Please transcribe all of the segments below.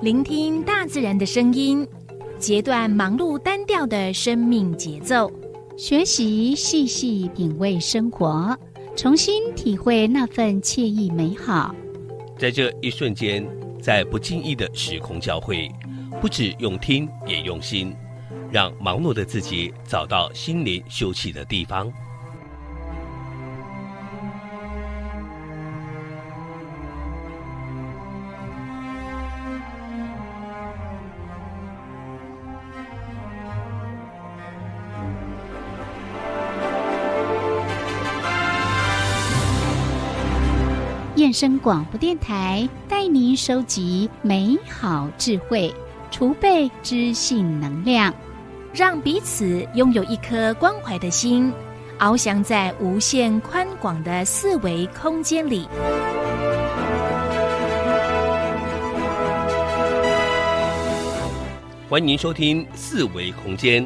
聆听大自然的声音，截断忙碌单调的生命节奏， 学习细细品味生活，重新体会那份惬意美好。 在这一瞬间，在不经意的时空交汇，不只用听也用心，让忙碌的自己找到心灵休憩的地方。 燕声广播电台带您收集美好智慧，储备知性能量， 让彼此拥有一颗关怀的心，翱翔在无限宽广的四维空间里。 欢迎收听四维空间。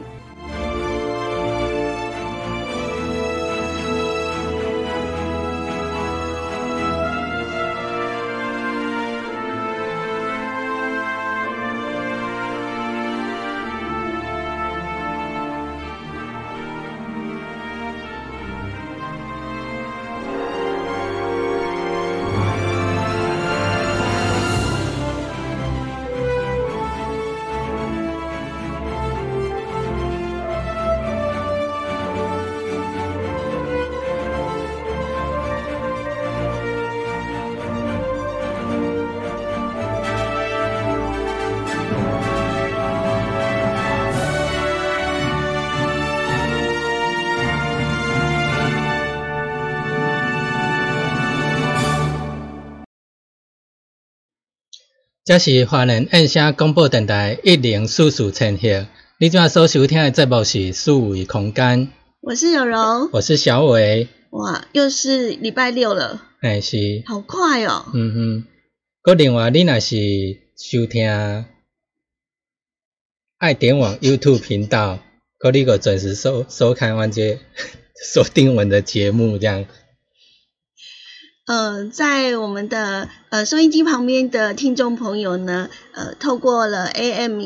这是华人燕声广播电台104.4千赫，你正所收听的节目是四维空间。 我是柔柔， 我是小伟。 哇，又是礼拜六了， 是， 好快哦。 搁另外，你若是收听爱点网 YouTube 频道，搁你个准时收看我这锁定我们的节目，这样。 在我们的收音机旁边的听众朋友呢，透过了 AM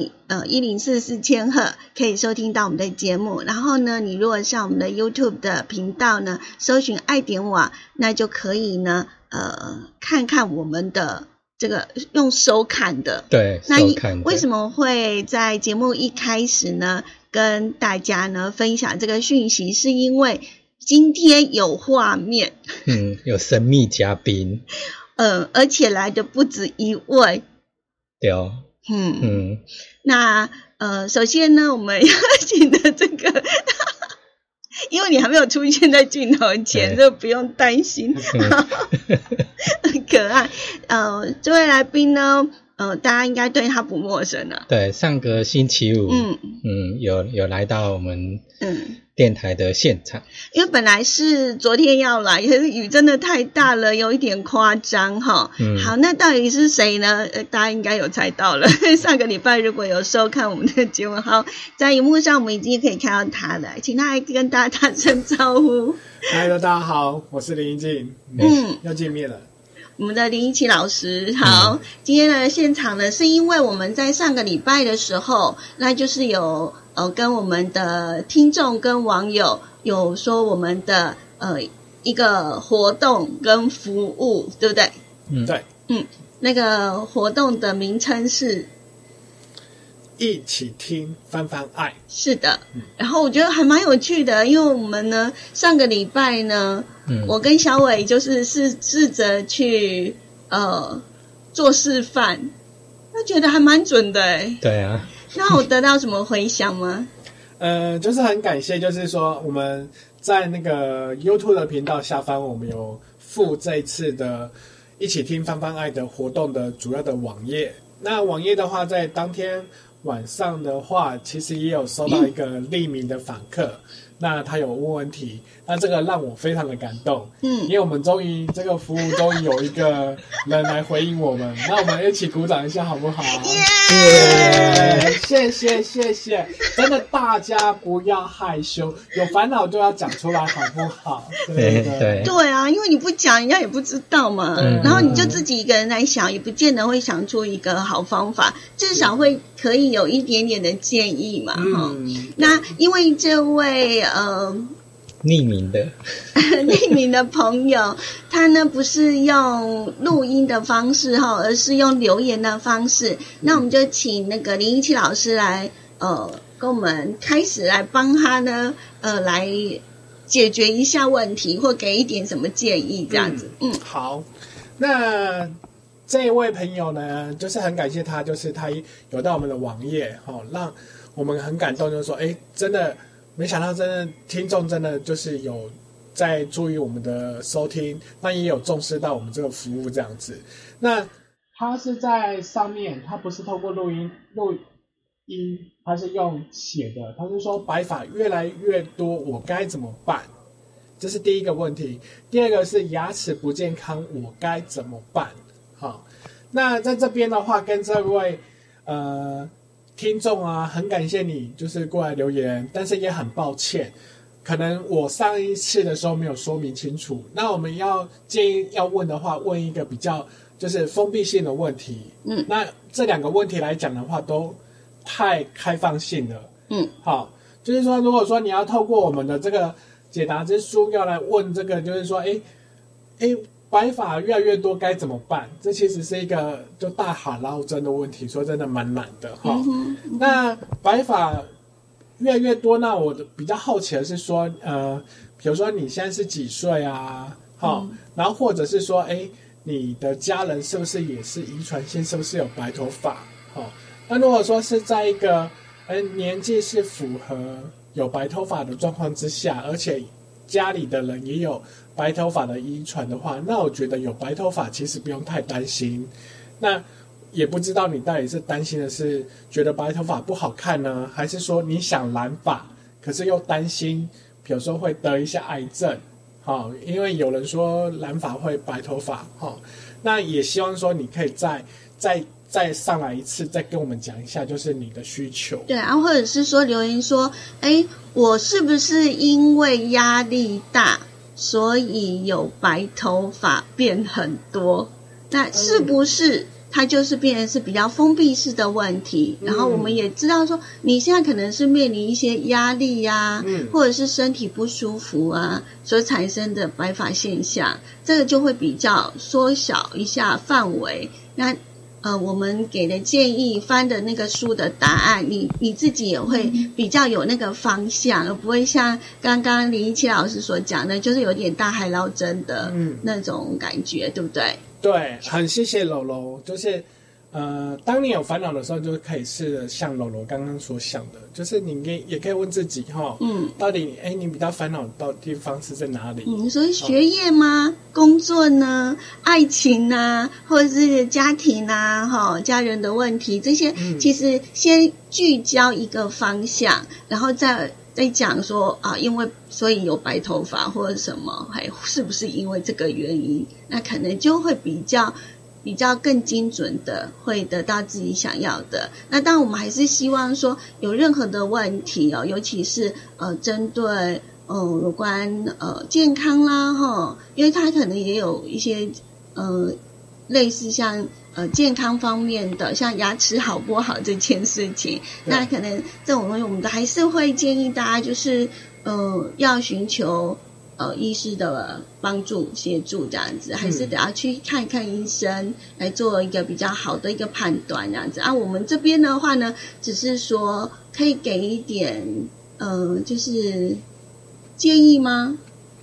104.4千赫可以收听到我们的节目。然后呢，你如果上我们的 YouTube 的频道呢，搜寻爱点网，那就可以呢，看看我们的这个用收看的。 对，收看的。 为什么会在节目一开始呢，跟大家呢分享这个讯息，是因为今天有画面， 有神秘嘉宾， 而且来的不止一位， 对哦， 那首先呢，我们要请的这个，因为你还没有出现在镜头前，就不用担心，很可爱。这位来宾呢，大家应该对他不陌生了。 对，上个星期五，有来到我们电台的现场， 因为本来是昨天要来，可是雨真的太大了，有一点夸张哈。好，那到底是谁呢？大家应该有猜到了。上个礼拜如果有收看我们的节目，好，在荧幕上我们已经可以看到他了，请他来跟大家打声招呼。 嗨，大家好，我是林一静，要见面了。 我们的林一奇老师，好，今天的现场呢，是因为我们在上个礼拜的时候，那就是有跟我们的听众跟网友有说我们的一个活动跟服务，对不对？ 对， 那个活动的名称是一起听翻翻爱。 是的，然后我觉得还蛮有趣的，因为我们呢上个礼拜呢，我跟小伟就是试着去做示范，他觉得还蛮准的欸。 对啊。 那我得到什么回响吗？ 就是很感谢，就是说我们在那个 YouTube 的频道下方，我们有附这一次的一起听翻翻爱的活动的主要的网页。那网页的话，在当天晚上的话，其实也有收到一个匿名的访客，那他有问问题，那这个让我非常的感动，因为我们终于这个服务终于有一个人来回应我们，那我们一起鼓掌一下好不好？ 谢谢，真的大家不要害羞，有烦恼就要讲出来，好不好？ 对啊，因为你不讲，人家也不知道嘛。然后你就自己一个人来想，也不见得会想出一个好方法，至少会可以有一点点的建议嘛。那因为这位匿名的朋友，他呢不是用录音的方式而是用留言的方式。那我们就请那个林一七老师来跟我们开始来帮他呢来解决一下问题，或给一点什么建议这样子。 好，那这位朋友呢，就是很感谢他，就是他有到我们的网页让我们很感动，就是说真的没想到真的听众真的就是有在注意我们的收听，那也有重视到我们这个服务这样子。那他是在上面，他不是透过录音，他是用写的，他是说白发越来越多，我该怎么办？这是第一个问题。第二个是牙齿不健康，我该怎么办？好，那在这边的话，跟这位听众啊，很感谢你就是过来留言，但是也很抱歉，可能我上一次的时候没有说明清楚。那我们建议要问的话，问一个比较就是封闭性的问题。那这两个问题来讲的话，都太开放性了。好，就是说，如果说你要透过我们的这个解答之书要来问这个，就是说，白发越来越多该怎么办？这其实是一个就大海捞针的问题，说真的蛮难的哈。那白发越来越多，那我比较好奇的是说，比如说你现在是几岁啊？然后或者是说，你的家人是不是也是遗传性，是不是有白头发？那如果说是在一个年纪是符合有白头发的状况之下，而且家里的人也有白头发的遗传的话，那我觉得有白头发其实不用太担心。那也不知道你到底是担心的是觉得白头发不好看呢，还是说你想染发，可是又担心比如说会得一些癌症。因为有人说染发会白头发。那也希望说你可以再上来一次，再跟我们讲一下就是你的需求。 对啊，或者是说留言说我是不是因为压力大所以有白头发变很多？那是不是它就是变成是比较封闭式的问题？然后我们也知道说你现在可能是面临一些压力啊，或者是身体不舒服啊所产生的白发现象，这个就会比较缩小一下范围。那我们给的建议翻的那个书的答案，你自己也会比较有那个方向，而不会像刚刚林一七老师所讲的，就是有点大海捞针的那种感觉，对不对？ 对，很谢谢柔柔，就是当你有烦恼的时候，就可以试着像柔柔刚刚所想的，就是你也可以问自己到底你比较烦恼的地方是在哪里？ 所以学业吗？工作呢？爱情啊？或者是家庭啊？家人的问题，这些其实先聚焦一个方向，然后再讲说因为所以有白头发或者什么，是不是因为这个原因？那可能就会比较更精准的会得到自己想要的。那当然我们还是希望说有任何的问题尤其是针对有关健康啦因为它可能也有一些类似像健康方面的，像牙齿好不好这件事情，那可能这种东西我们都还是会建议大家就是要寻求医师的帮助协助这样子，还是得要去看看医生来做一个比较好的一个判断这样子我们这边的话呢，只是说可以给一点就是建议吗？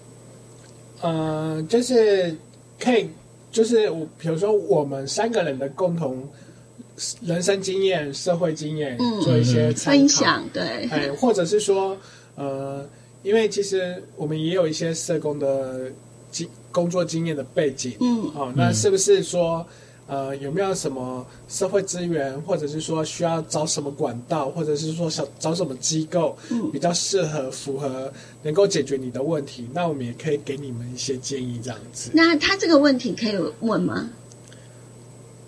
就是可以，就是比如说我们3个人的共同人生经验、社会经验做一些参考分享，对， 或者是说因为其实我们也有一些社工的工作经验的背景，那是不是说有没有什么社会资源，或者是说需要找什么管道，或者是说想找什么机构比较适合符合能够解决你的问题，那我们也可以给你们一些建议这样子。 那他这个问题可以问吗？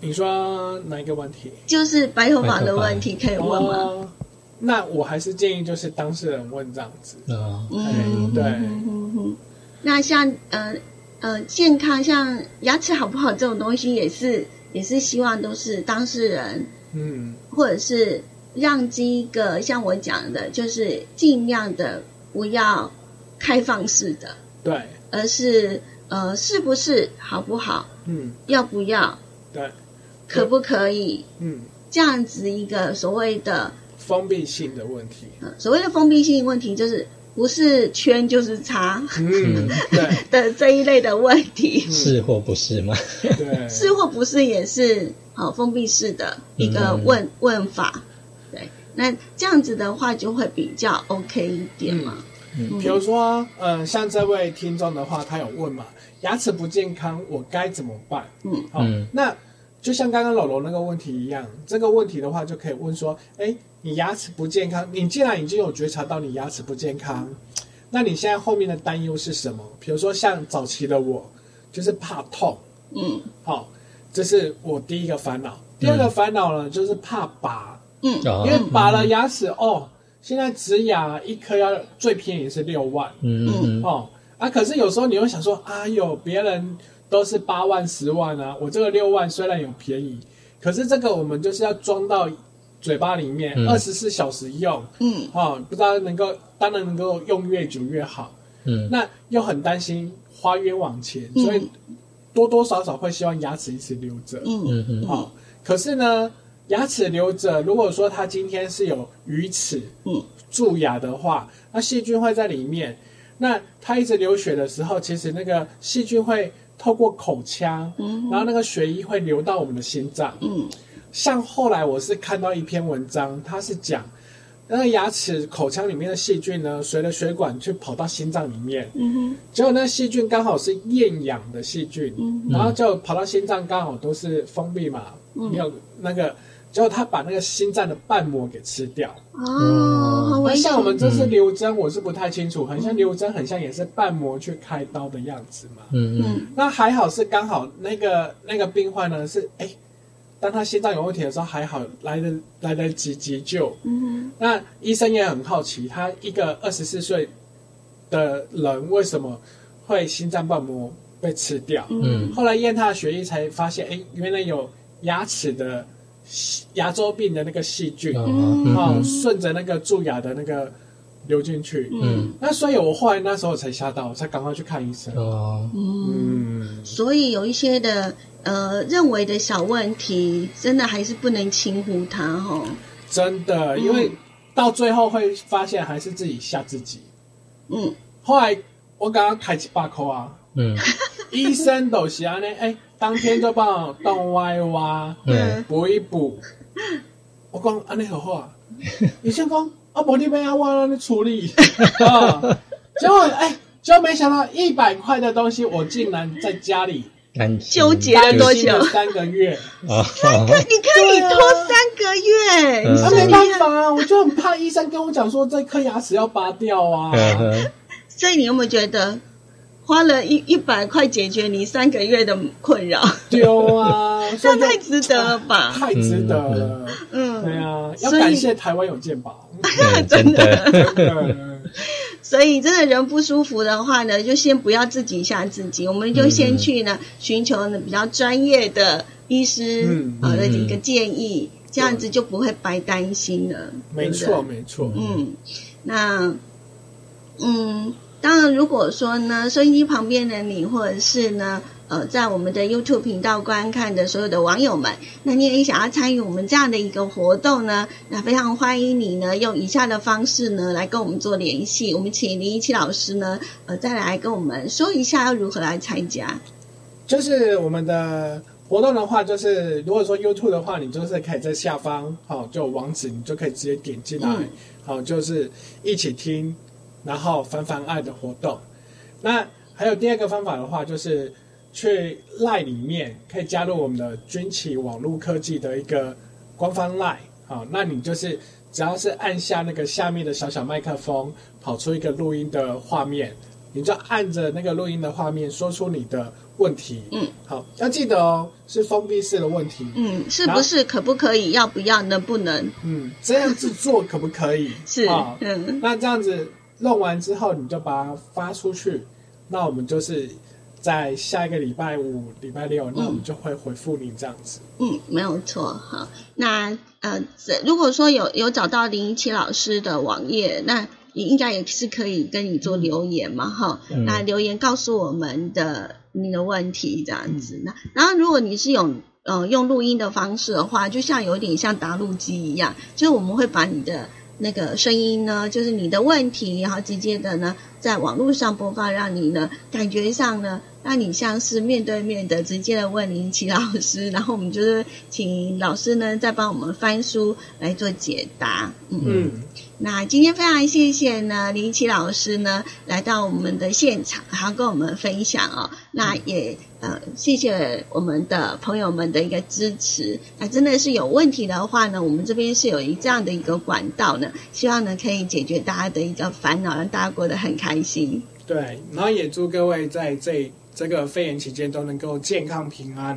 你说哪一个问题？ 就是白头发的问题可以问吗？ 那我还是建议就是当事人问这样子。对。 那像健康，像牙齿好不好这种东西，也是希望都是当事人，或者是让这个像我讲的，就是尽量的不要开放式的， 对， 而是是不是好不好，要不要， 对， 可不可以，这样子一个所谓的封闭性的问题。 所谓的封闭性问题就是不是圈就是叉， 对的这一类的问题， 是或不是吗？ 对， 是或不是也是封闭式的一个问法。对，那这样子的话就会比较 OK 一点嘛。 比如说，像这位听众的话，他有问嘛，牙齿不健康，我该怎么办？那就像刚刚柔柔那个问题一样，这个问题的话就可以问说，你牙齿不健康，你既然已经有觉察到你牙齿不健康，那你现在后面的担忧是什么？比如说像早期的我，就是怕痛，这是我第一个烦恼。第二个烦恼呢，就是怕拔，因为拔了牙齿现在植牙一颗最便宜是6万，可是有时候你会想说，别人都是8万10万啊，我这个6万虽然有便宜，可是这个我们就是要装到嘴巴里面，24小时用，不知道当然能够用越久越好，那又很担心花冤枉钱，所以多多少少会希望牙齿一直留着，可是呢，牙齿留着，如果说它今天是有鱼齿，蛀牙的话，那细菌会在里面，那它一直流血的时候，其实那个细菌会透过口腔，然后那个血液会流到我们的心脏，像后来我是看到一篇文章，它是讲那个牙齿口腔里面的细菌呢，随着血管去跑到心脏里面，结果那细菌刚好是厌氧的细菌，然后就跑到心脏，刚好都是封闭嘛，没有那个，结果它把那个心脏的瓣膜给吃掉。 好危险。 像我们这次留针，我是不太清楚，很像留针，很像也是瓣膜去开刀的样子嘛。那还好是刚好那个病患呢是当他心脏有问题的时候，还好来得及急救。那医生也很好奇，他一个24岁的人为什么会心脏瓣膜被吃掉？后来验他的血液才发现，原来有牙齿的牙周病的那个细菌，顺着那个蛀牙的那个流进去。那所以我后来那时候才吓到，才赶快去看医生。 所以有一些的认为的小问题，真的还是不能轻忽它真的，因为到最后会发现还是自己吓自己。后来我刚刚开100块啊，医生都是安尼，当天就帮我动歪挖，补一补。我讲安尼好好啊，医生讲无你要我安尼处理结果没想到100块的东西，我竟然在家里纠结了多久 ？3个月。 你可以拖3个月， 没办法啊，我就很怕医生跟我讲说这颗牙齿要拔掉啊。 所以你有没有觉得花了100块解决你3个月的困扰？ 丢啊， 这太值得了吧？ 太值得了。对啊，要感谢台湾有健保。 真的。所以真的人不舒服的话呢，就先不要自己吓自己，我们就先去呢寻求呢比较专业的医师的一个建议，这样子就不会白担心了。 没错没错。 那当然如果说呢收音机旁边的你，或者是呢在我们的 YouTube 频道观看的所有的网友们，那你也想要参与我们这样的一个活动呢，那非常欢迎你呢用以下的方式呢来跟我们做联系。我们请林一七老师呢再来跟我们说一下要如何来参加。 就是我们的活动的话，就是如果说 YouTube 的话，你就是可以在下方就有网址，你就可以直接点进来，就是一起听，然后翻翻爱的活动。那还有第二个方法的话，就是去 LINE 里面可以加入我们的军旗网络科技的一个官方 LINE，那你就是只要是按下那个下面的小小麦克风，跑出一个录音的画面， 你就按着那个录音的画面说出你的问题。好，要记得哦，是封闭式的问题。 是不是可不可以？要不要？能不能？ 这样子做可不可以？ 是。 那这样子弄完之后，你就把它发出去。那我们就是在下一个礼拜五、礼拜六，那我们就会回复你这样子。 没有错。好，那如果说有找到林177老师的网页，那你应该也是可以跟你做留言嘛，哈。那留言告诉我们你的问题这样子。然后如果你是用录音的方式的话，就像有点像答录机一样，就是我们会把你的那个声音呢，就是你的问题，然后直接的呢在网络上播放，让你呢感觉上呢，让你像是面对面的直接的问林177老师，然后我们就是请老师呢再帮我们翻书来做解答。那今天非常谢谢呢林177老师呢来到我们的现场，然后跟我们分享哦。那也谢谢我们的朋友们的一个支持。那真的是有问题的话呢，我们这边是有这样的一个管道呢，希望呢可以解决大家的一个烦恼，让大家过得很开心。 对，然后也祝各位在这个肺炎期间都能够健康平安。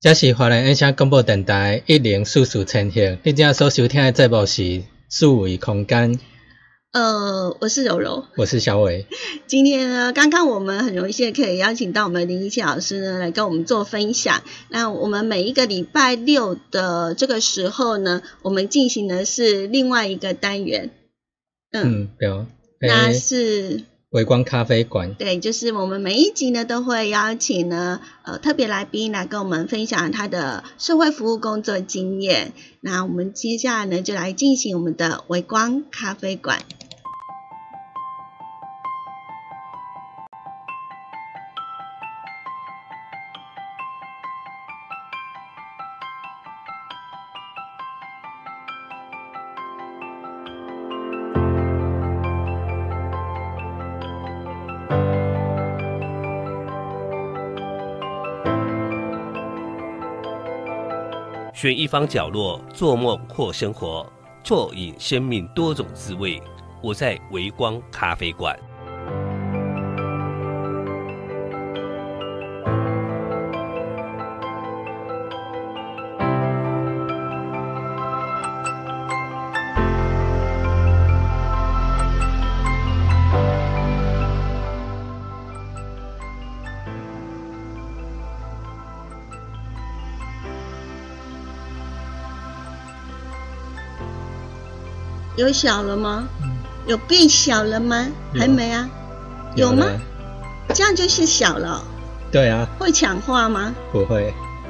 这是华人音响广播电台104.4千赫，你正所收听的节目是数位空间。 我是柔柔， 我是小伟。 今天呢，刚刚我们很荣幸可以邀请到我们林一奇老师呢来跟我们做分享。那我们每一个礼拜六的这个时候呢，我们进行的是另外一个单元。 对， 那是微光咖啡馆。 对，就是我们每一集呢都会邀请呢特别来宾来跟我们分享他的社会服务工作经验。那我们接下来呢就来进行我们的微光咖啡馆。 选一方角落，做梦或生活，啜饮生命多种滋味。我在微光咖啡馆。 有小了吗？有变小了吗？还没啊？有吗？这样就是小了。 对啊。 会讲话吗？ 不会。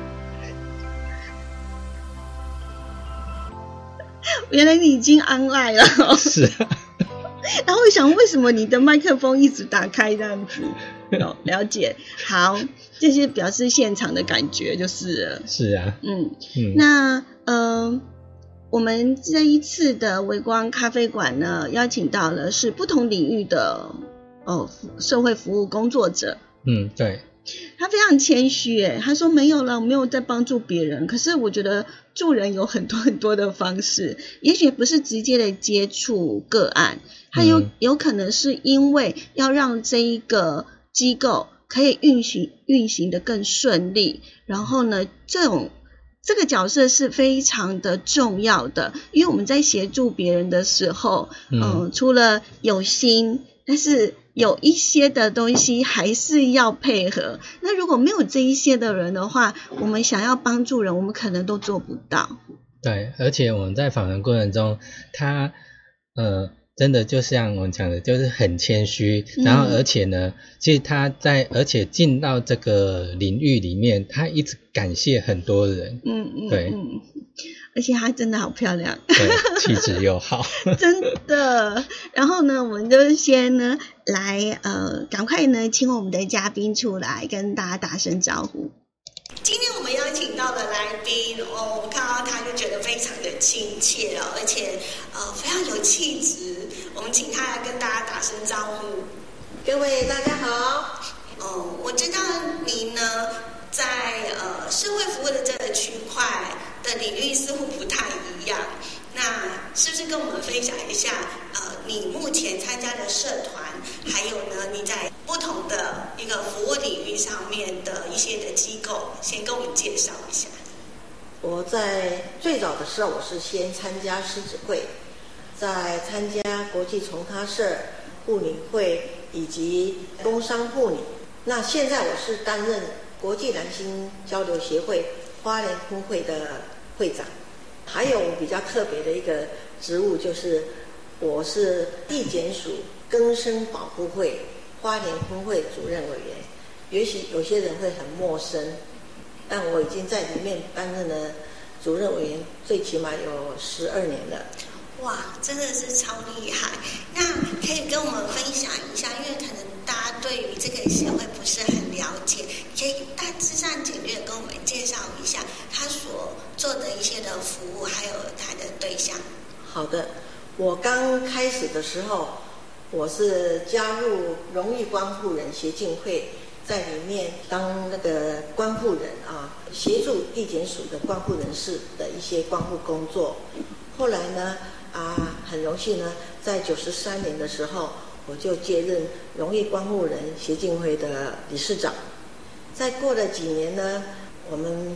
原来你已经 online 了。 是啊。 然后我想，为什么你的麦克风一直打开这样子？了解。好，这是表示现场的感觉就是了。 是啊。 那我们这一次的微光咖啡馆呢，邀请到了是不同领域的社会服务工作者。 对。 他非常谦虚耶，他说没有了，我没有在帮助别人。可是我觉得助人有很多很多的方式，也许不是直接的接触个案，他有可能是因为要让这一个机构可以运行的更顺利，然后呢，这个角色是非常的重要的，因为我们在协助别人的时候，除了有心，但是有一些的东西还是要配合。那如果没有这一些的人的话，我们想要帮助人，我们可能都做不到。 对，而且我们在访谈过程中，他真的就像我们讲的，就是很谦虚，然后而且呢，其实而且进到这个领域里面，他一直感谢很多人。对。 而且她真的好漂亮， 对，气质又好， 真的。然后呢，我们就先呢来赶快呢请我们的嘉宾出来跟大家打声招呼。今天我们邀请到的来宾我看到他就觉得非常的亲切而且非常有气质。我们请他来跟大家打声招呼。 各位大家好。 我知道你呢在社会服务的这个区块的领域似乎不太一样，那是不是跟我们分享一下你目前参加的社团，还有呢你在不同的一个服务领域上面的一些的机构，先跟我们介绍一下。 我在最早的时候，我是先参加狮子会，再参加国际从他社、妇女会以及工商妇女。那现在我是担任国际男性交流协会花莲分会的会长。还有我比较特别的一个职务，就是我是地检署更生保护会花莲分会主任委员。也许有些人会很陌生，但我已经在里面担任了主任委员，最起码有12年了。 哇，真的是超厉害！那可以跟我们分享一下，因为可能大家对于这个协会不是很了解，可以大致上简略跟我们介绍一下他所做的一些的服务，还有他的对象。 好的，我刚开始的时候，我是加入荣誉关护人协进会，在里面当那个关护人协助地检署的关护人士的一些关护工作。后来呢很荣幸呢，在93年的时候，我就接任荣誉关护人协进会的理事长。再过了几年呢，我们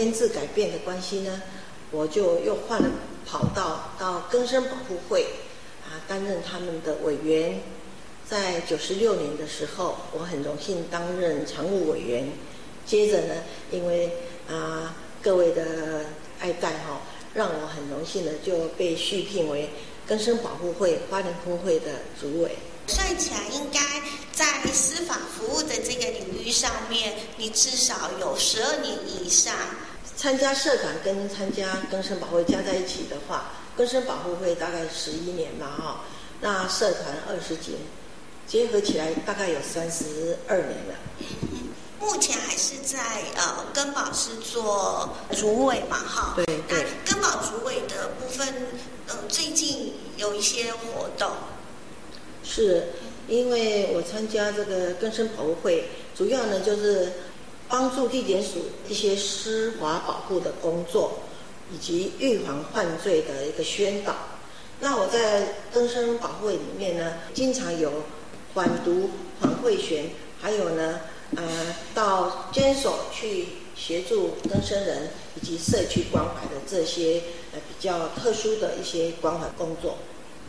编制改变的关系呢，我就又换了跑道到更生保护会担任他们的委员。在96年的时候，我很荣幸担任常务委员。接着呢，因为各位的爱戴让我很荣幸的就被续聘为更生保护会花莲分会的主委。 算起来应该在司法服务的这个领域上面，你至少有12年以上。 参加社团跟参加更生保护会加在一起的话，更生保护会大概11年嘛那社团20几年，结合起来大概有32年了。 目前还是在更保是做主委嘛对。 那更保主委的部分，最近有一些活动。 是因为我参加这个更生保护会，主要呢就是帮助地检署一些司法保护的工作，以及预防犯罪的一个宣导。那我在更生保护会里面呢，经常有缓读、缓会选，还有呢到监所去协助更生人以及社区关怀的这些比较特殊的一些关怀工作。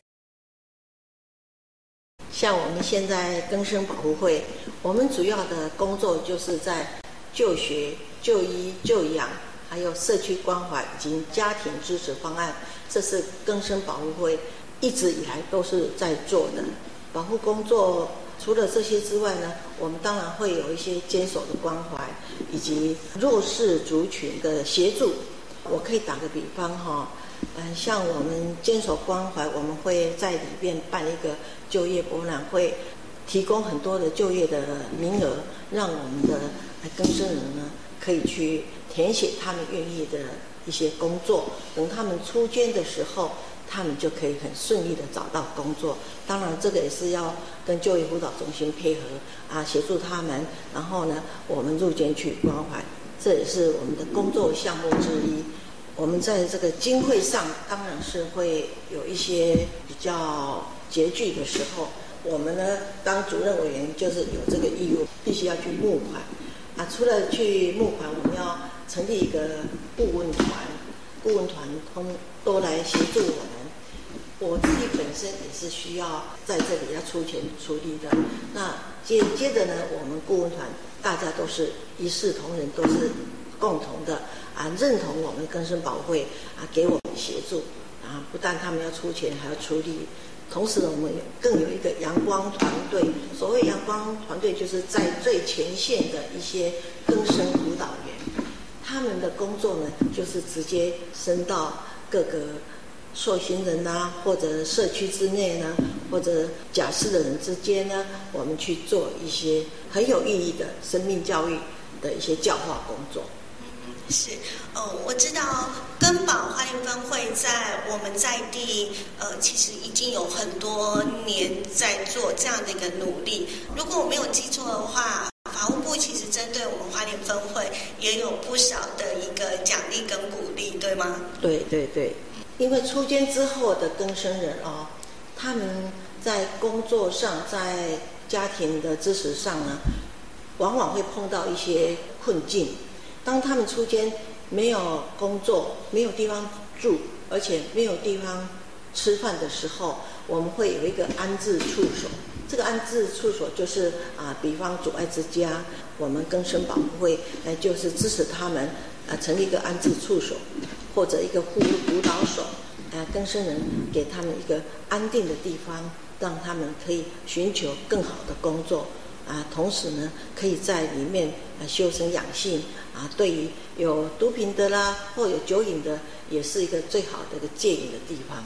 像我们现在更生保护会，我们主要的工作就是在就学、就医、就养，还有社区关怀以及家庭支持方案，这是更生保护会一直以来都是在做的保护工作。除了这些之外呢，我们当然会有一些监所的关怀，以及弱势族群的协助。我可以打个比方像我们监所关怀，我们会在里面办一个就业博览会，提供很多的就业的名额，让我们的更生人呢可以去填写他们愿意的一些工作，等他们出监的时候，他们就可以很顺利的找到工作。当然这个也是要跟就业辅导中心配合协助他们，然后呢我们入监去关怀，这也是我们的工作项目之一。我们在这个经费上当然是会有一些比较拮据的时候，我们呢当主任委员就是有这个义务，必须要去募款除了去募款，我们要成立一个顾问团，顾问团都来协助我们。我自己本身也是需要在这里要出钱出力的。那接着呢，我们顾问团大家都是一视同仁，都是共同的认同我们更生保护会给我们协助不但他们要出钱，还要出力。同时呢，我们更有一个阳光团队。所谓阳光团队，就是在最前线的一些更生辅导员，他们的工作呢，就是直接升到各个受刑人或者社区之内呢，或者假释的人之间呢，我们去做一些很有意义的生命教育的一些教化工作。 是，我知道更保花莲分会在我们在地，其实已经有很多年在做这样的一个努力。如果我没有记错的话，法务部其实针对我们花莲分会也有不少的一个奖励跟鼓励，对吗？ 对对对，因为出监之后的更生人他们在工作上，在家庭的支持上呢，往往会碰到一些困境。当他们出监没有工作，没有地方住，而且没有地方吃饭的时候，我们会有一个安置处所。这个安置处所就是比方阻碍之家，我们更生保护会就是支持他们成立一个安置处所，或者一个辅导所，更生人给他们一个安定的地方，让他们可以寻求更好的工作同时呢，可以在里面修身养性对于有毒品的啦，或有酒瘾的，也是一个最好的一个戒瘾的地方。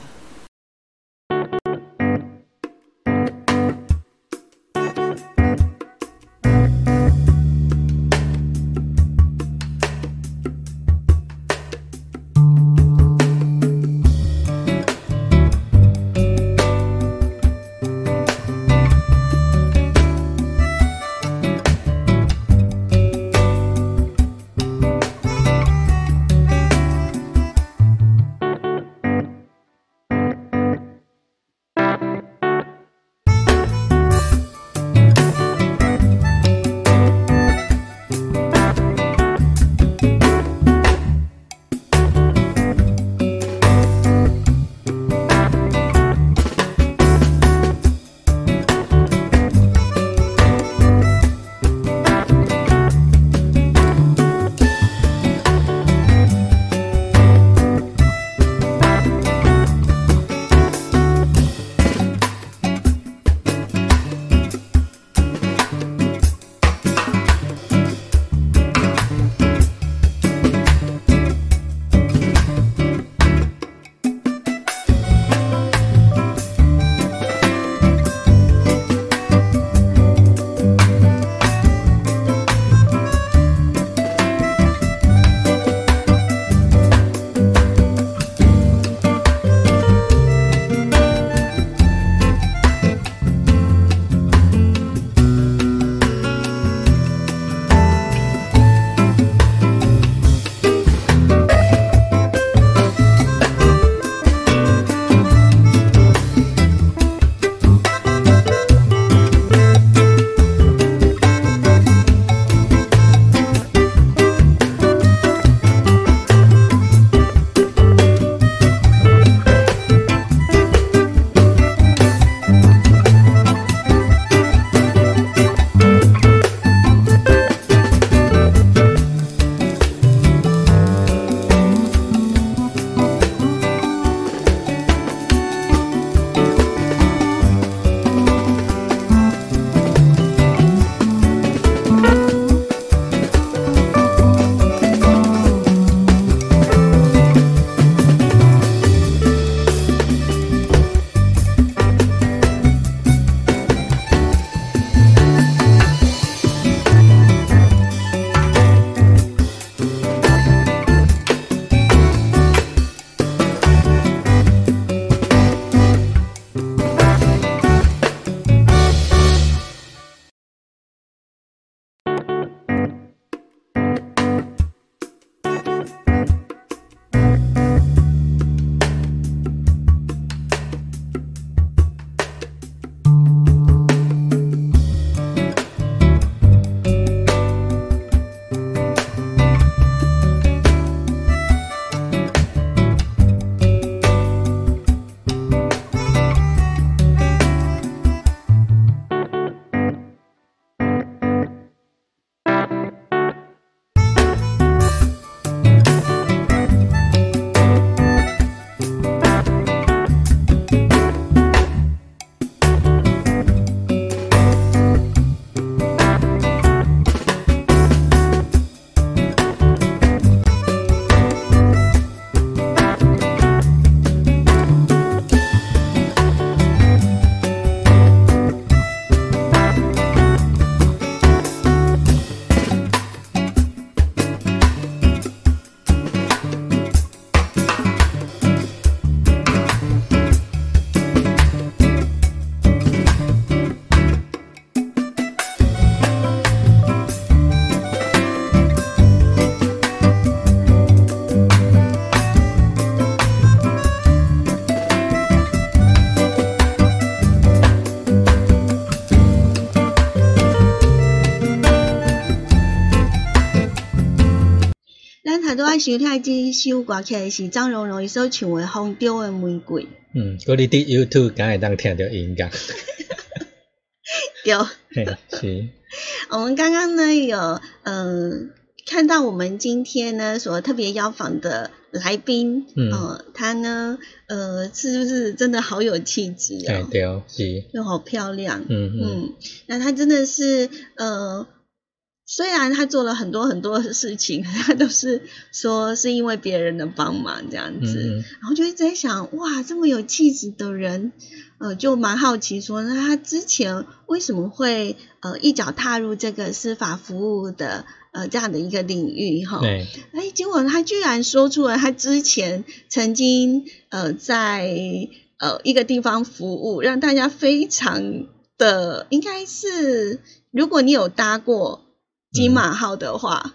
咱头拄仔收听这首歌曲是张荣荣伊所唱的《风中的玫瑰》。 搁你伫 YouTube 敢会当听到音乐。 对， 是。 我们刚刚呢有看到我们今天呢所特别邀访的来宾，他呢是不是真的好有气质哦？ 对哦，是。 又好漂亮，那他真的是虽然他做了很多很多的事情，他都是说是因为别人的帮忙这样子，然后就一直在想，哇，这么有气质的人，就蛮好奇说，那他之前为什么会一脚踏入这个司法服务的这样的一个领域哈？结果他居然说出了他之前曾经在一个地方服务，让大家非常的，应该是如果你有搭过金马号的话，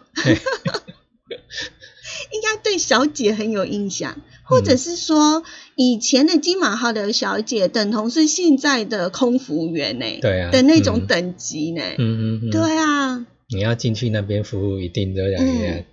应该对小姐很有印象，或者是说以前的金马号的小姐等同是现在的空服员呢，对啊的那种等级呢，对啊， 你要进去那边服务一定都要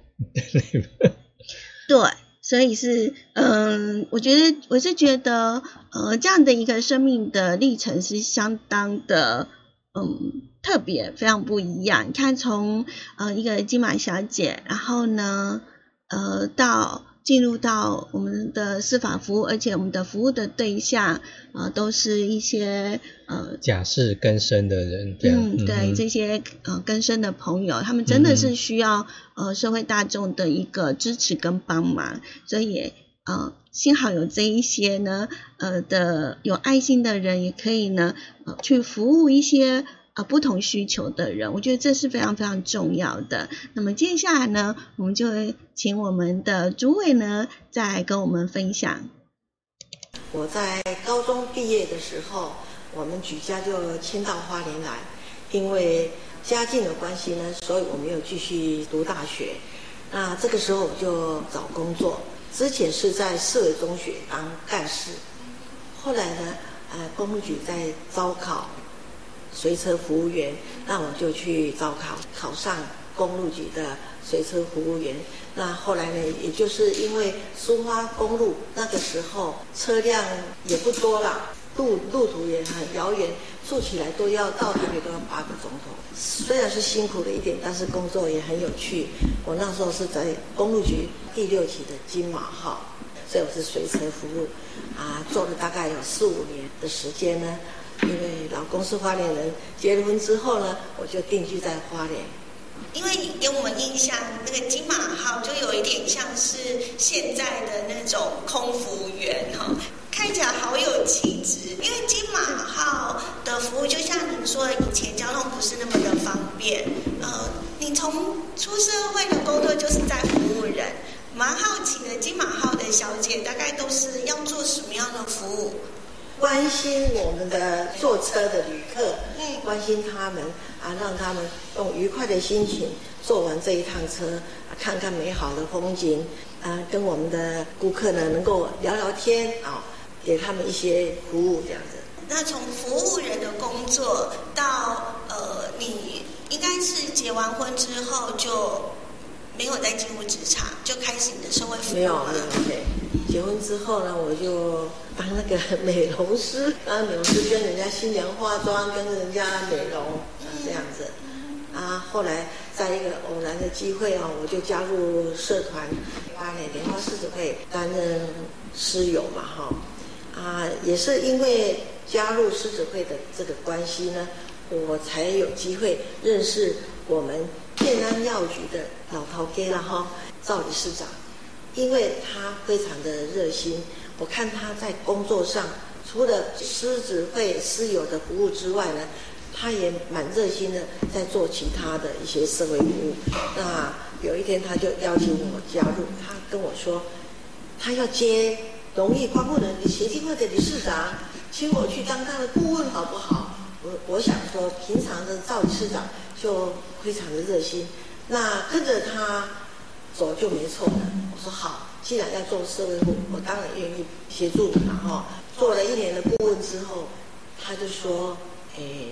对，所以是我是觉得这样的一个生命的历程是相当的特别，非常不一样。你看从一个金马小姐，然后呢到进入到我们的司法服务，而且我们的服务的对象都是一些假释更生的人，这样对这些更生的朋友，他们真的是需要社会大众的一个支持跟帮忙，所以也幸好有这一些呢的有爱心的人，也可以呢去服务一些不同需求的人，我觉得这是非常非常重要的。那么接下来呢，我们就会请我们的主委呢再跟我们分享。 我在高中毕业的时候，我们举家就迁到花莲来，因为家境的关系呢，所以我没有继续读大学。那这个时候我就找工作，之前是在市委中学当干事，后来呢，公路局在招考随车服务员，那我就去招考，考上公路局的随车服务员。那后来呢，也就是因为苏花公路那个时候车辆也不多了，路途也很遥远，住起来都要到台北都要8个钟头。虽然是辛苦了一点，但是工作也很有趣。我那时候是在公路局第6期的金马号，所以我是随车服务做了大概有4-5年的时间呢。因为老公是花莲人，结了婚之后呢，我就定居在花莲。 因为你给我们印象，那个金马号就有一点像是现在的那种空服员哈，看起来好有气质。因为金马号的服务，就像您说的，以前交通不是那么的方便。你从出社会的工作就是在服务人，蛮好奇的，金马号的小姐大概都是要做什么样的服务？ 关心我们的坐车的旅客，关心他们让他们用愉快的心情坐完这一趟车，看看美好的风景，跟我们的顾客呢能够聊聊天给他们一些服务这样子。 那从服务人的工作到你应该是结完婚之后就没有再进入职场，就开始你的社会服务吗？没有， 对。结婚之后呢，我就当那个美容师，当美容师跟人家新娘化妆，跟人家美容这样子。后来在一个偶然的机会我就加入社团花莲莲花狮子会担任狮友嘛也是因为加入狮子会的这个关系呢，我才有机会认识我们建安药局的老头家赵理事长。因为他非常的热心，我看他在工作上除了狮子会狮友的服务之外呢，他也蛮热心的在做其他的一些社会服务。那有一天他就邀请我加入，他跟我说他要接农业花木人协进会的理事长，请我去当他的顾问好不好？我想说平常的赵理事长就非常的热心，那跟着他走就没错了。我说好，既然要做社会服务，我当然愿意协助你嘛做了1年的顾问之后，他就说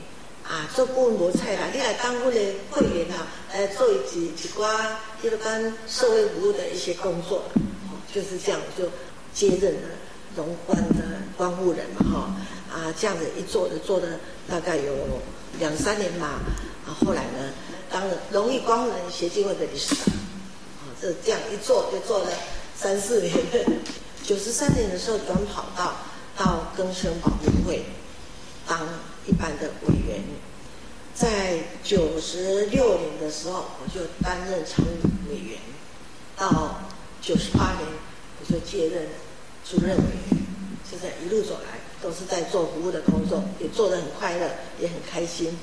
做顾问无菜啦，你来当我的会员来做一寡迄个跟社会服务的一些工作，就是这样就接任了荣观的观护人嘛，这样子一做的大概有2-3年吧，后来呢当了荣誉观护人协进会的理事长，这样一做就做了3-4年。93年的时候转跑到更生保护会当一般的委员，在96年的时候我就担任常务委员，到98年我就接任主任委员，现在一路走来都是在做服务的工作，也做得很快乐，也很开心。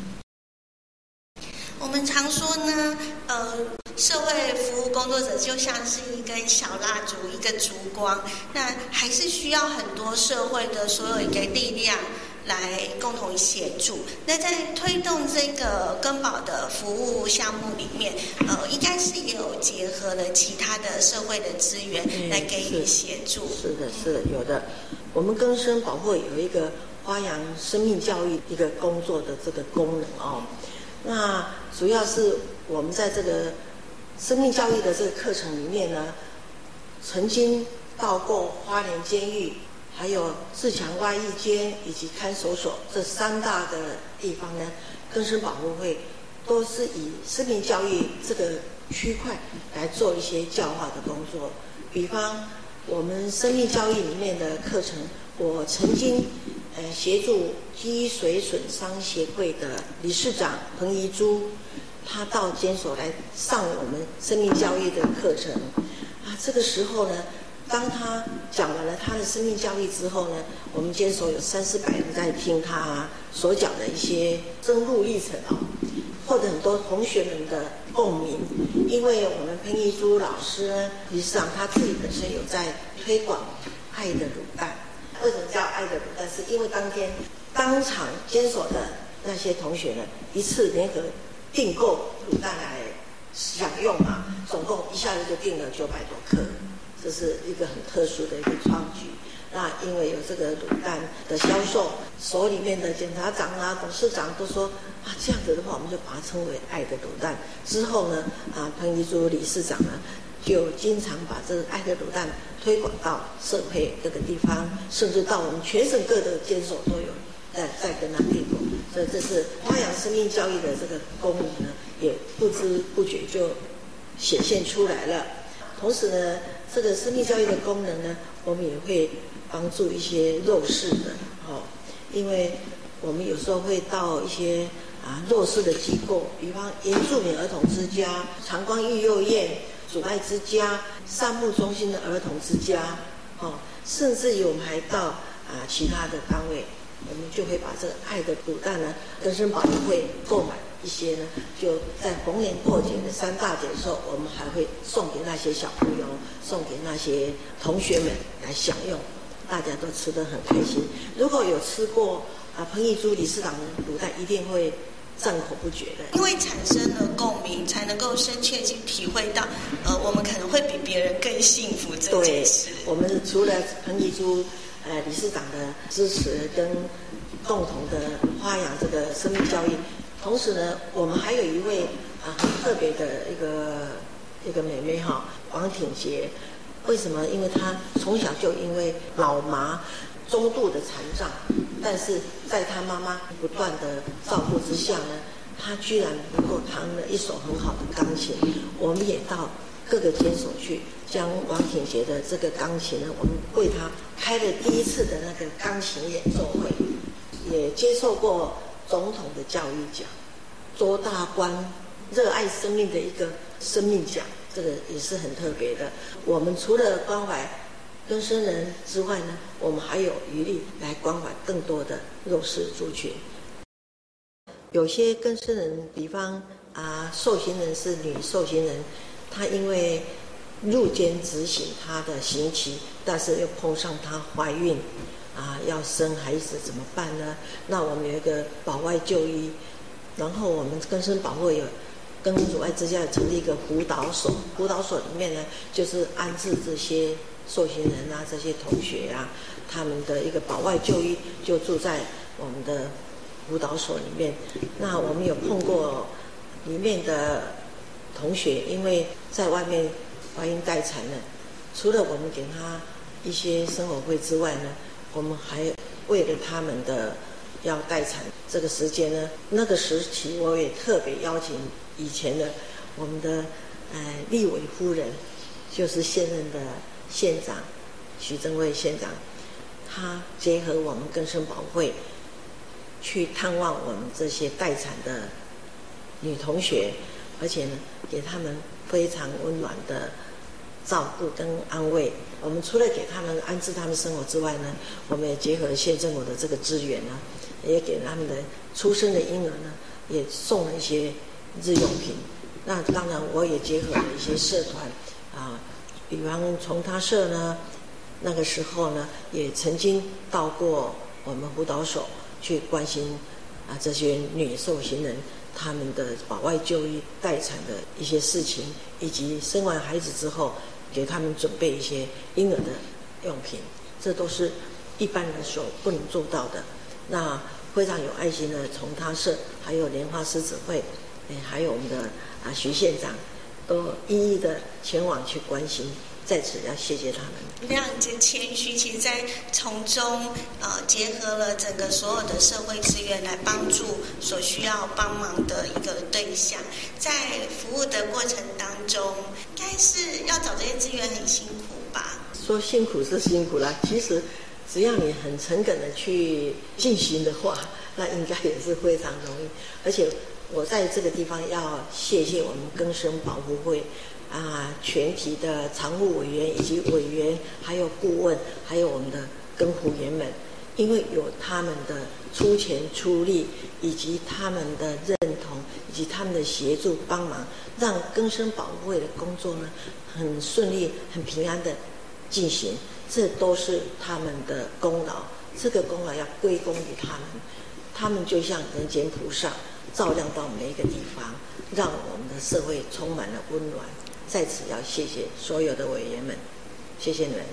我们常说呢，社会服务工作者就像是一根小蜡烛，一个烛光，那还是需要很多社会的所有一个力量来共同协助。那在推动这个更保的服务项目里面，应该是也有结合了其他的社会的资源来给予协助。 是的，有的。我们更生保护有一个发扬生命教育一个工作的这个功能那主要是我们在这个生命教育的这个课程里面呢，曾经到过花莲监狱，还有自强外役监以及看守所这3大的地方呢，更生保护会都是以生命教育这个区块来做一些教化的工作。比方我们生命教育里面的课程，我曾经协助脊髓损伤协会的理事长彭怡珠，他到监所来上我们生命教育的课程这个时候呢，当他讲完了他的生命教育之后呢，我们监所有300-400人在听他所讲的一些深入历程获得很多同学们的共鸣。因为我们彭怡珠老师呢，理事长他自己本身有在推广爱的卤蛋。为什么叫爱的卤蛋？是因为当天当场监所的那些同学呢，一次联合订购卤蛋来享用总共一下子就订了900多克，这是一个很特殊的一个创举。那因为有这个卤蛋的销售，所里面的检察长董事长都说这样子的话，我们就把它称为爱的卤蛋。之后呢彭怡珠理事长呢就经常把这个爱的卤蛋推广到社会各个地方，甚至到我们全省各的监所都有在跟他订购。所以这是发扬生命教育的这个功能呢，也不知不觉就显现出来了。同时呢，这个生命教育的功能呢，我们也会帮助一些弱势的因为我们有时候会到一些弱势的机构，比方原住民儿童之家、长光育幼院、阻碍之家、善牧中心的儿童之家甚至于我们还到其他的单位，我们就会把这个爱的卤蛋呢，更生保护会购买一些呢，就在逢年过节的3大节的时候，我们还会送给那些小朋友，送给那些同学们来享用，大家都吃得很开心。如果有吃过彭怡珠理事长的卤蛋，一定会赞口不绝的， 因为产生了共鸣，才能够深切去体会到，我们可能会比别人更幸福这件事。 对，我们除了彭怡珠理事长的支持跟共同的发扬这个生命教育，同时呢，我们还有一位很特别的一个妹妹王挺杰。为什么？因为她从小就因为脑麻中度的残障，但是在她妈妈不断的照顾之下呢，她居然能够弹了一手很好的钢琴。我们也到各个监所去，将王挺杰的这个钢琴呢，我们为她开了第1次的那个钢琴演奏会，也接受过总统的教育奖、周大官热爱生命的一个生命奖，这个也是很特别的。我们除了关怀更生人之外呢，我们还有余力来关怀更多的弱势族群。有些更生人，比方受刑人是女受刑人，她因为入监执行她的刑期，但是又碰上她怀孕要生孩子怎么办呢？那我们有一个保外就医，然后我们更生保护有跟阻碍之家成立一个辅导所，辅导所里面呢，就是安置这些受刑人这些同学他们的一个保外就医，就住在我们的辅导所里面。那我们有碰过里面的同学，因为在外面怀孕待产呢，除了我们给他一些生活费之外呢，我们还为了他们的要待产这个时间呢，那个时期我也特别邀请以前的我们的立委夫人，就是现任的县长许正惠县长，他结合我们更生保会去探望我们这些待产的女同学，而且呢给他们非常温暖的照顾跟安慰。我们除了给他们安置他们生活之外呢，我们也结合县政府的这个资源呢，也给他们的出生的婴儿呢，也送了一些日用品。那当然我也结合了一些社团比方从他社呢，那个时候呢也曾经到过我们辅导所去关心这些女受刑人他们的保外就医待产的一些事情，以及生完孩子之后给他们准备一些婴儿的用品，这都是一般人所不能做到的。那非常有爱心的从他社，还有莲花狮子会，还有我们的徐县长，都一一的前往去关心，在此要谢谢他们。 非常谦虚，其实在从中结合了整个所有的社会资源来帮助所需要帮忙的一个对象。在服务的过程当中，应该是要找这些资源很辛苦吧？ 说辛苦是辛苦啦，其实只要你很诚恳的去进行的话，那应该也是非常容易。而且我在这个地方要谢谢我们更生保护会全体的常务委员以及委员，还有顾问，还有我们的更护员们，因为有他们的出钱出力，以及他们的认同，以及他们的协助帮忙，让更生保护会的工作呢很顺利、很平安的进行，这都是他们的功劳。这个功劳要归功于他们，他们就像人间菩萨，照亮到每一个地方，让我们的社会充满了温暖。在此要谢谢所有的委员们，谢谢你们。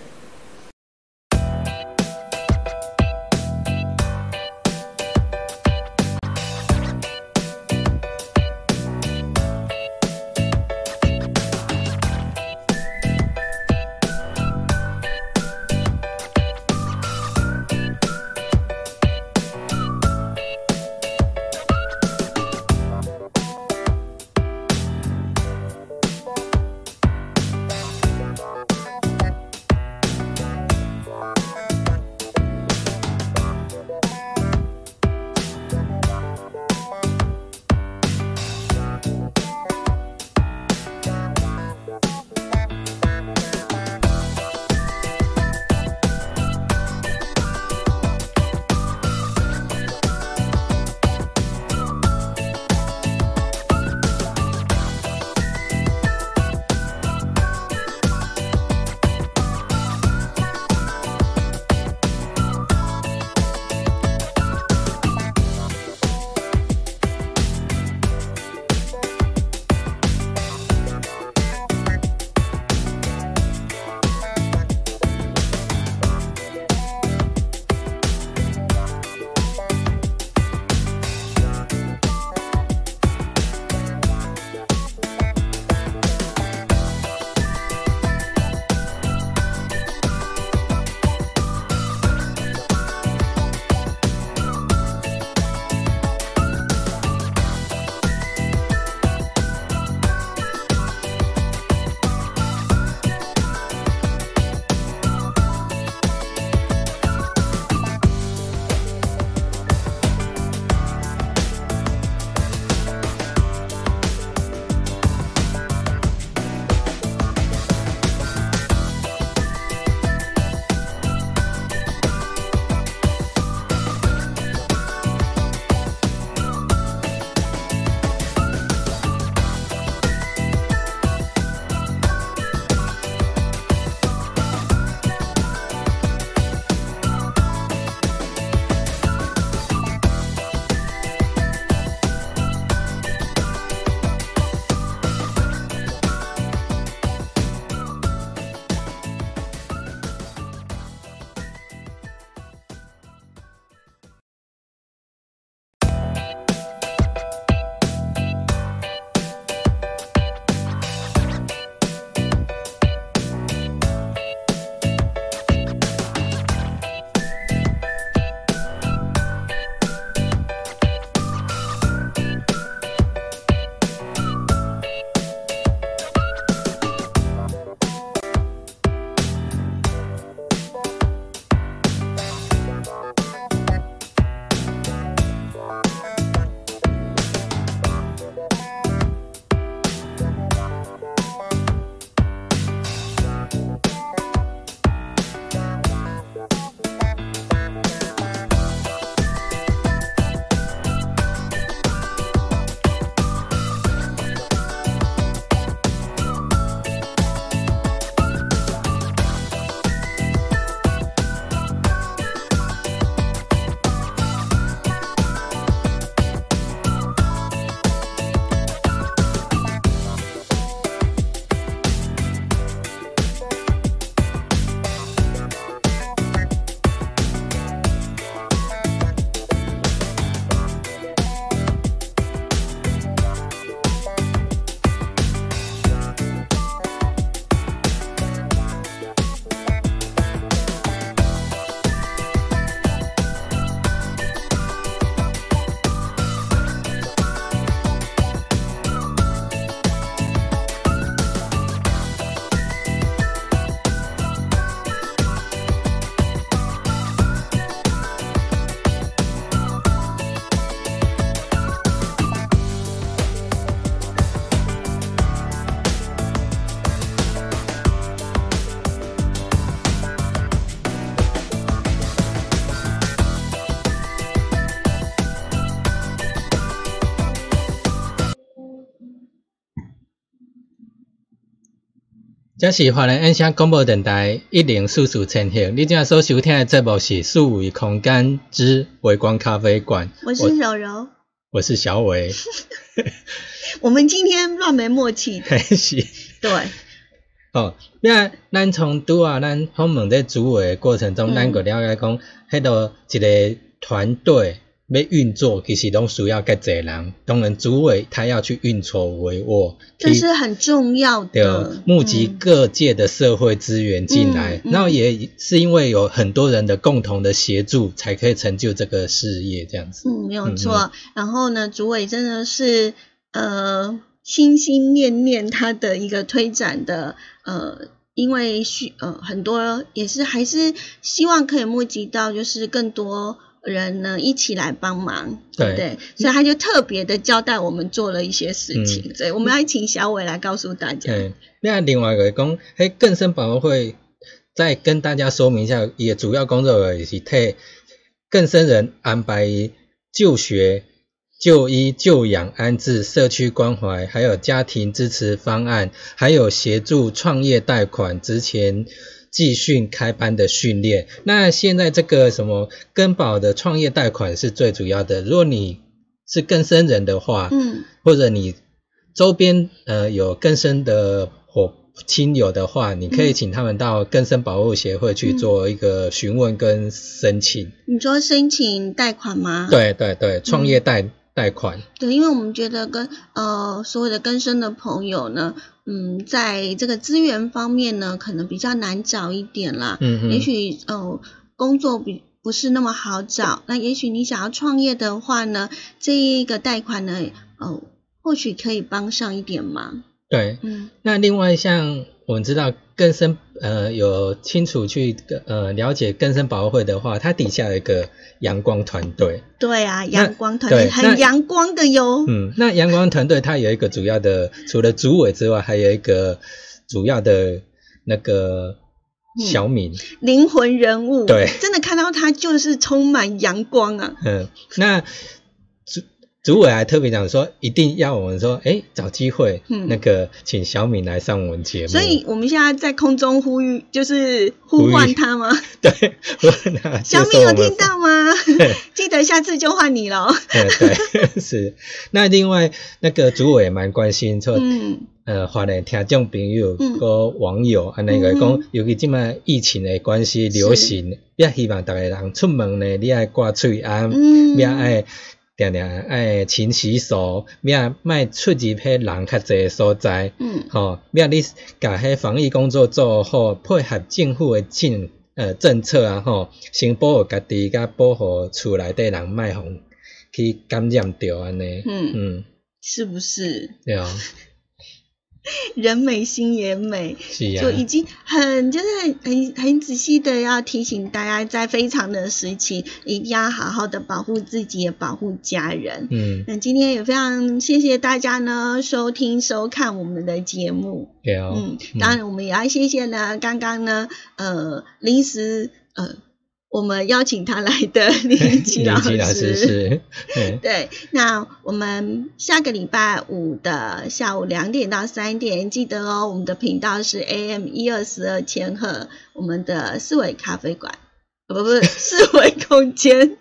这是华人音响广播电台104.4千赫，你正所收听的节目是数位空间之微光咖啡馆。 我是柔柔， 我是小伟。 我们今天乱没默契的， 是， 对。 哦，那咱从拄啊，咱访问在主委的过程中，咱个了解讲，迄个一个团队要运作，其实拢需要较侪人。当然，主委他要去运筹帷幄， 这是很重要的。 募集各界的社会资源进来，然后也是因为有很多人的共同的协助，才可以成就这个事业这样子。 没有错。然后呢，主委真的是心心念念他的一个推展的因为很多也是还是希望可以募集到就是更多人呢一起来帮忙，对，所以他就特别的交代我们做了一些事情，所以我们要请小伟来告诉大家。 那另外一个讲，更生保会再跟大家说明一下，也主要工作也是替更生人安排就学、就医、就养、安置、社区关怀，还有家庭支持方案，还有协助创业贷款、职前技训开班的训练。那现在这个什么更保的创业贷款是最主要的。如果你是更生人的话，或者你周边有更生的亲友的话，你可以请他们到更生保护协会去做一个询问跟申请。 你说申请贷款吗？ 对对对，创业贷款。 对，因为我们觉得跟所有的更生的朋友呢，在这个资源方面呢，可能比较难找一点啦。也许工作不是那么好找，那也许你想要创业的话呢，这一个贷款呢，或许可以帮上一点忙。 对，那另外像我们知道更生有清楚去了解更生保护会的话，它底下有一个阳光团队。 对啊，阳光团队很阳光的哟。 那阳光团队它有一个主要的，除了主委之外，还有一个主要的那个小敏， 灵魂人物。 对， 真的看到他就是充满阳光啊。 那主委还特别讲说，一定要我们说，找机会，那个请小敏来上我们节目。 所以我们现在在空中呼吁，就是呼唤他吗？ 对，呼唤他。 小敏有听到吗？记得下次就换你咯。 对，是。那另外那个主委也蛮关心说，华人听众朋友和网友那个讲，尤其现在疫情的关系流行，也希望大家人出门呢，你爱挂嘴安，也爱定定爱勤洗手，莫出入迄人较侪所在，你甲迄防疫工作做好，配合政府的政策啊，先保护家己，甲保护厝内底人，莫互去感染着安尼， 是不是？ 对啊。 人美心也美， 是啊， 就已经很仔细的要提醒大家，在非常的时期，一定要好好的保护自己，也保护家人。那今天也非常谢谢大家呢收听收看我们的节目。 对啊， 当然我们也要谢谢呢，刚刚呢临时我们邀请他来的林奇老师是对，那我们下个礼拜五的下午2点到3点，记得哦，我们的频道是 AM1242千赫，我们的四维咖啡馆，不四维空间。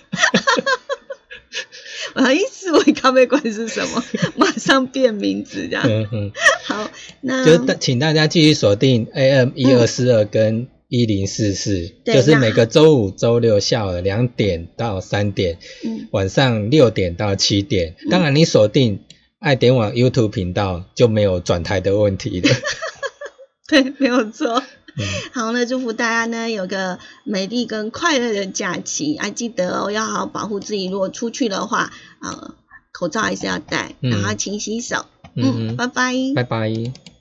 我还四维咖啡馆是什么？马上变名字这样。好，那就请大家继续锁定 AM1242跟1044，就是每个周五、周六下午2点到3点，晚上6点到7点。当然，你锁定爱点网 YouTube 频道就没有转台的问题了。 对，没有错。好，那祝福大家呢有个美丽跟快乐的假期啊！记得哦，要好好保护自己。如果出去的话，口罩还是要戴，然后勤洗手。拜拜， 拜拜。